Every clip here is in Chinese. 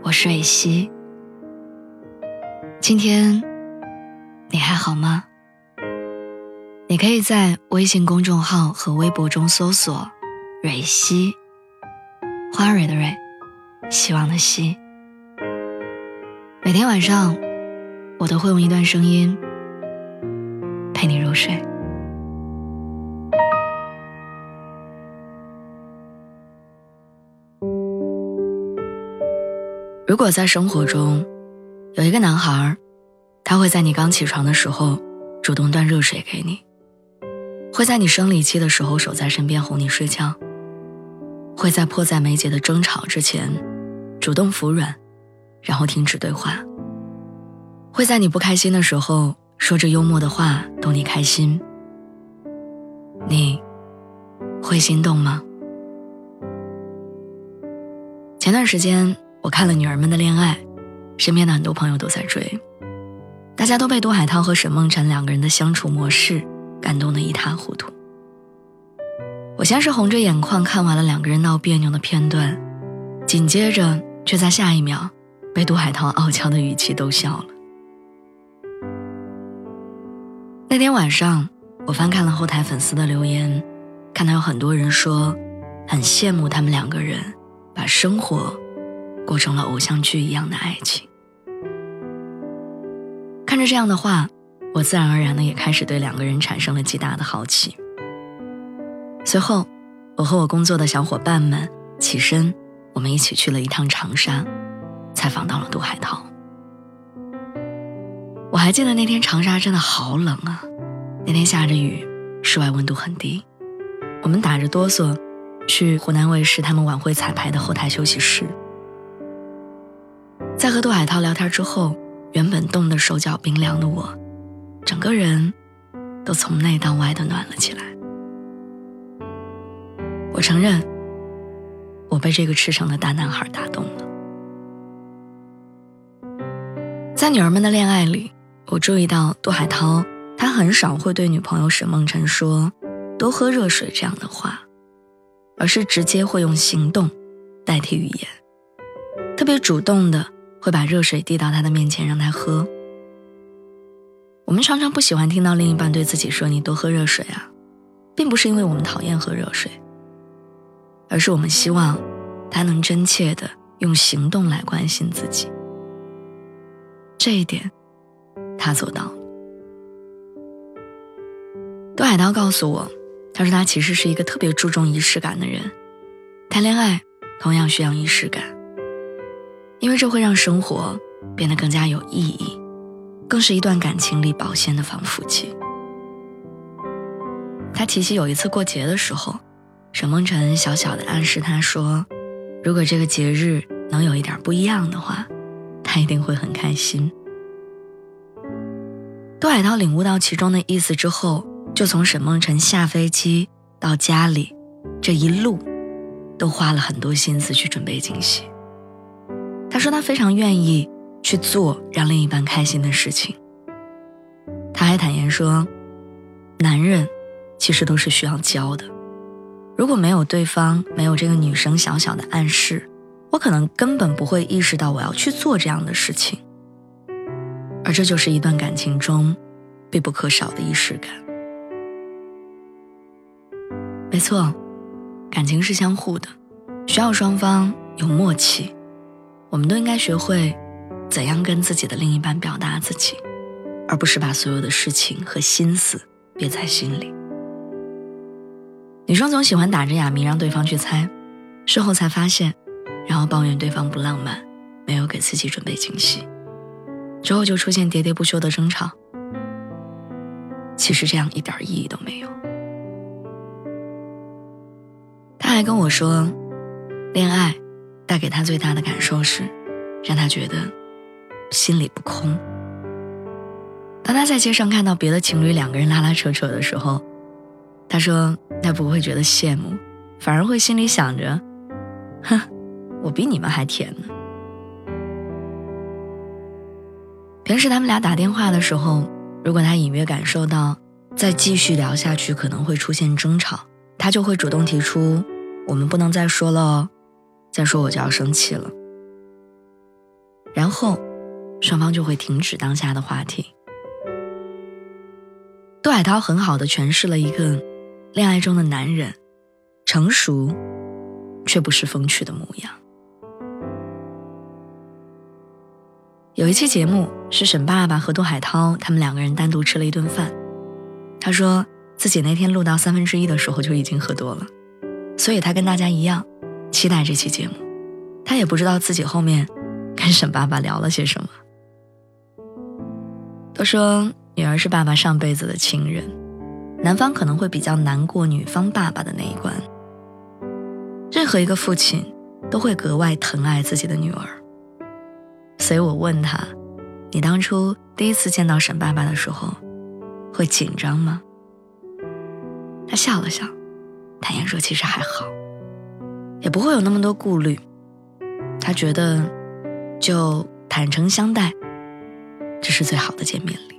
我是蕊希。今天你还好吗？你可以在微信公众号和微博中搜索蕊希，花蕊的蕊，希望的希。每天晚上我都会用一段声音陪你入睡。如果在生活中有一个男孩，他会在你刚起床的时候主动端热水给你，会在你生理期的时候守在身边哄你睡觉，会在迫在眉睫的争吵之前主动服软，然后停止对话，会在你不开心的时候说着幽默的话逗你开心，你会心动吗？前段时间我看了《女儿们的恋爱》，身边的很多朋友都在追，大家都被杜海涛和沈梦辰两个人的相处模式感动得一塌糊涂。我先是红着眼眶看完了两个人闹别扭的片段，紧接着却在下一秒被杜海涛傲娇的语气逗笑了。那天晚上我翻看了后台粉丝的留言，看到有很多人说很羡慕他们两个人把生活过成了偶像剧一样的爱情。看着这样的话，我自然而然的也开始对两个人产生了极大的好奇。随后我和我工作的小伙伴们起身，我们一起去了一趟长沙，采访到了杜海涛。我还记得那天长沙真的好冷啊，那天下着雨，室外温度很低，我们打着哆嗦去湖南卫视他们晚会彩排的后台休息室。在和杜海涛聊天之后，原本冻得手脚冰凉的我，整个人都从内到外的暖了起来。我承认，我被这个赤诚的大男孩打动了。在《女儿们的恋爱》里，我注意到杜海涛他很少会对女朋友沈梦辰说多喝热水这样的话，而是直接会用行动代替语言，特别主动的会把热水递到他的面前让他喝。我们常常不喜欢听到另一半对自己说你多喝热水啊，并不是因为我们讨厌喝热水，而是我们希望他能真切的用行动来关心自己。这一点他做到了。杜海涛告诉我，他说他其实是一个特别注重仪式感的人，谈恋爱同样需要仪式感，因为这会让生活变得更加有意义，更是一段感情里保鲜的防腐剂。他提起有一次过节的时候，沈梦辰小小的暗示他说，如果这个节日能有一点不一样的话，他一定会很开心。杜海涛领悟到其中的意思之后，就从沈梦辰下飞机到家里，这一路都花了很多心思去准备惊喜。他说他非常愿意去做让另一半开心的事情。他还坦言说，男人其实都是需要教的，如果没有对方，没有这个女生小小的暗示，我可能根本不会意识到我要去做这样的事情。而这就是一段感情中必不可少的仪式感。没错，感情是相互的，需要双方有默契。我们都应该学会怎样跟自己的另一半表达自己，而不是把所有的事情和心思憋在心里。女生总喜欢打着哑谜让对方去猜，事后才发现，然后抱怨对方不浪漫，没有给自己准备惊喜，之后就出现喋喋不休的争吵。其实这样一点意义都没有。他还跟我说，恋爱带给他最大的感受是让他觉得心里不空。当他在街上看到别的情侣两个人拉拉扯扯的时候，他说他不会觉得羡慕，反而会心里想着，哼，我比你们还甜呢。平时他们俩打电话的时候，如果他隐约感受到再继续聊下去可能会出现争吵，他就会主动提出，我们不能再说了哦，再说我就要生气了。 然后双方就会停止当下的话题。杜海涛很好地诠释了一个恋爱中的男人成熟却不失风趣的模样。有一期节目是沈爸爸和杜海涛他们2个人单独吃了一顿饭，他说自己那天录到1/3的时候就已经喝多了，所以他跟大家一样期待这期节目。他也不知道自己后面跟沈爸爸聊了些什么。都说女儿是爸爸上辈子的亲人，男方可能会比较难过女方爸爸的那一关。任何一个父亲都会格外疼爱自己的女儿，所以我问他，你当初第一次见到沈爸爸的时候会紧张吗？他笑了笑，坦言说其实还好，也不会有那么多顾虑。他觉得就坦诚相待，这是最好的见面礼。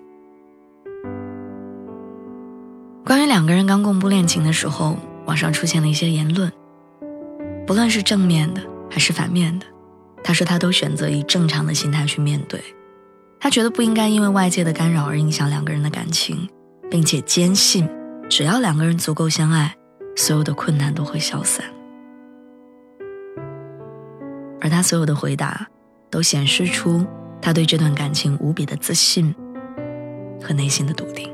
关于2个人刚公布恋情的时候，网上出现了一些言论，不论是正面的还是反面的，他说他都选择以正常的心态去面对。他觉得不应该因为外界的干扰而影响2个人的感情，并且坚信只要2个人足够相爱，所有的困难都会消散。而他所有的回答都显示出他对这段感情无比的自信和内心的笃定。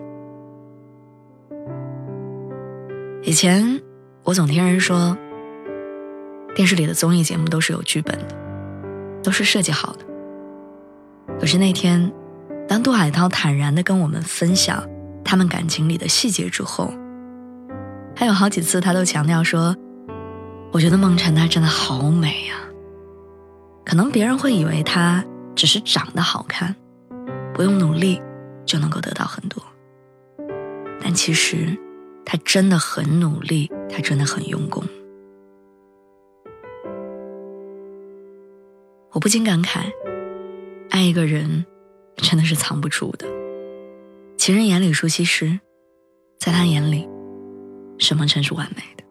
以前我总听人说，电视里的综艺节目都是有剧本的，都是设计好的。可是那天当杜海涛坦然地跟我们分享他们感情里的细节之后，还有好几次他都强调说，我觉得孟晨她真的好美呀。可能别人会以为她只是长得好看，不用努力就能够得到很多，但其实她真的很努力，她真的很用功。我不禁感慨，爱一个人真的是藏不住的。情人眼里出西施，在他眼里沈梦辰是完美的。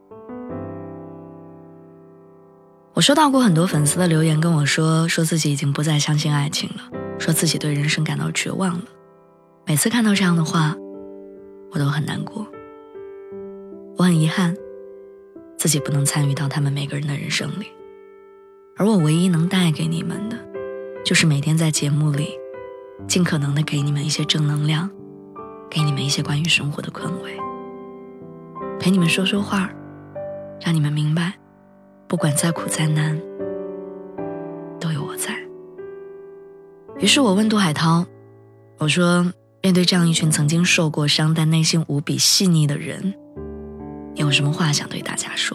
我收到过很多粉丝的留言跟我说自己已经不再相信爱情了，说自己对人生感到绝望了。每次看到这样的话，我都很难过。我很遗憾自己不能参与到他们每个人的人生里，而我唯一能带给你们的，就是每天在节目里尽可能的给你们一些正能量，给你们一些关于生活的困慰，陪你们说说话，让你们明白不管再苦再难都有我在。于是我问杜海涛，我说面对这样一群曾经受过伤但内心无比细腻的人，你有什么话想对大家说？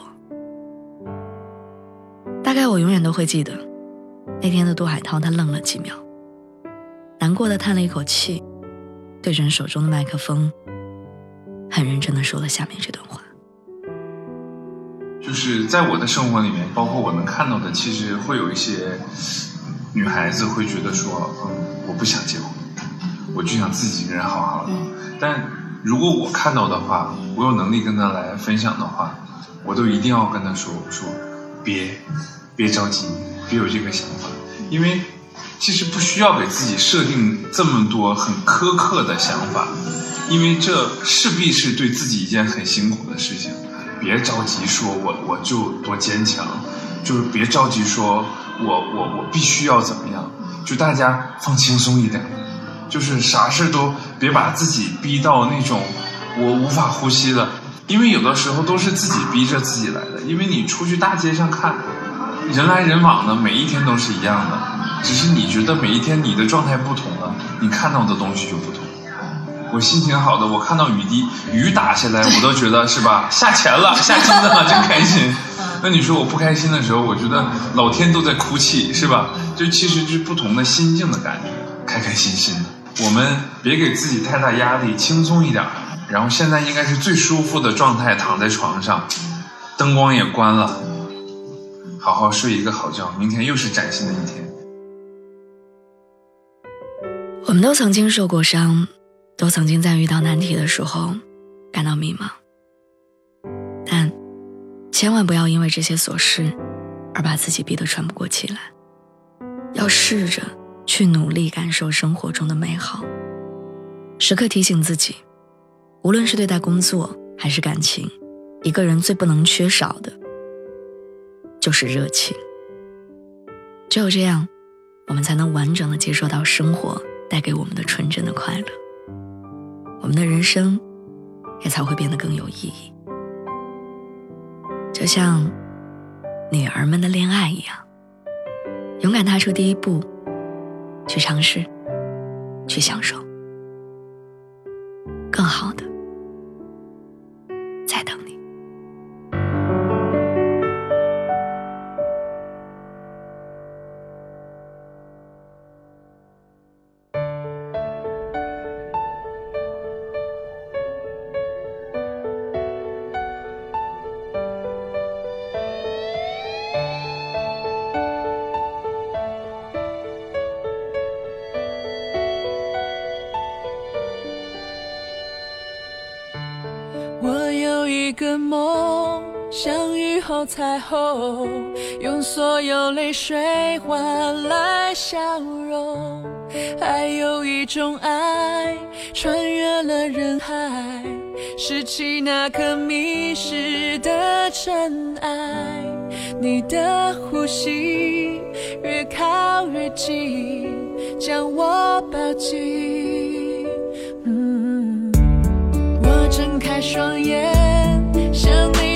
大概我永远都会记得那天的杜海涛，他愣了几秒，难过的叹了一口气，对准手中的麦克风很认真地说了下面这段话。 就是在我的生活里面，包括我能看到的，其实会有一些女孩子会觉得说，我不想结婚，我就想自己一个人好好的。但如果我看到的话，我有能力跟她来分享的话，我都一定要跟她说别着急，别有这个想法，因为其实不需要给自己设定这么多很苛刻的想法，因为这势必是对自己一件很辛苦的事情。别着急说我就多坚强，就是别着急说我必须要怎么样，就大家放轻松一点，就是啥事都别把自己逼到那种我无法呼吸了，因为有的时候都是自己逼着自己来的。因为你出去大街上看，人来人往的，每一天都是一样的，只是你觉得每一天你的状态不同了，你看到的东西就不同。我心情好的，我看到雨打下来，我都觉得是吧，下钱了，下金子了，真开心。那你说我不开心的时候，我觉得老天都在哭泣，是吧？就其实是不同的心境的感觉，开开心心的。我们别给自己太大压力，轻松一点。然后现在应该是最舒服的状态，躺在床上，灯光也关了，好好睡一个好觉，明天又是崭新的一天。 我们都曾经受过伤，都曾经在遇到难题的时候感到迷茫，但千万不要因为这些琐事而把自己逼得喘不过气来，要试着去努力感受生活中的美好，时刻提醒自己，无论是对待工作还是感情，一个人最不能缺少的就是热情。只有这样，我们才能完整地接受到生活带给我们的纯真的快乐，我们的人生也才会变得更有意义。就像女儿们的恋爱一样，勇敢踏出第一步，去尝试，去享受更好的在等你。 我有一个梦，像雨后彩虹，用所有泪水换来笑容。还有一种爱，穿越了人海，拾起那颗迷失的真爱。你的呼吸越靠越近，将我抱紧。我睁开双眼，向你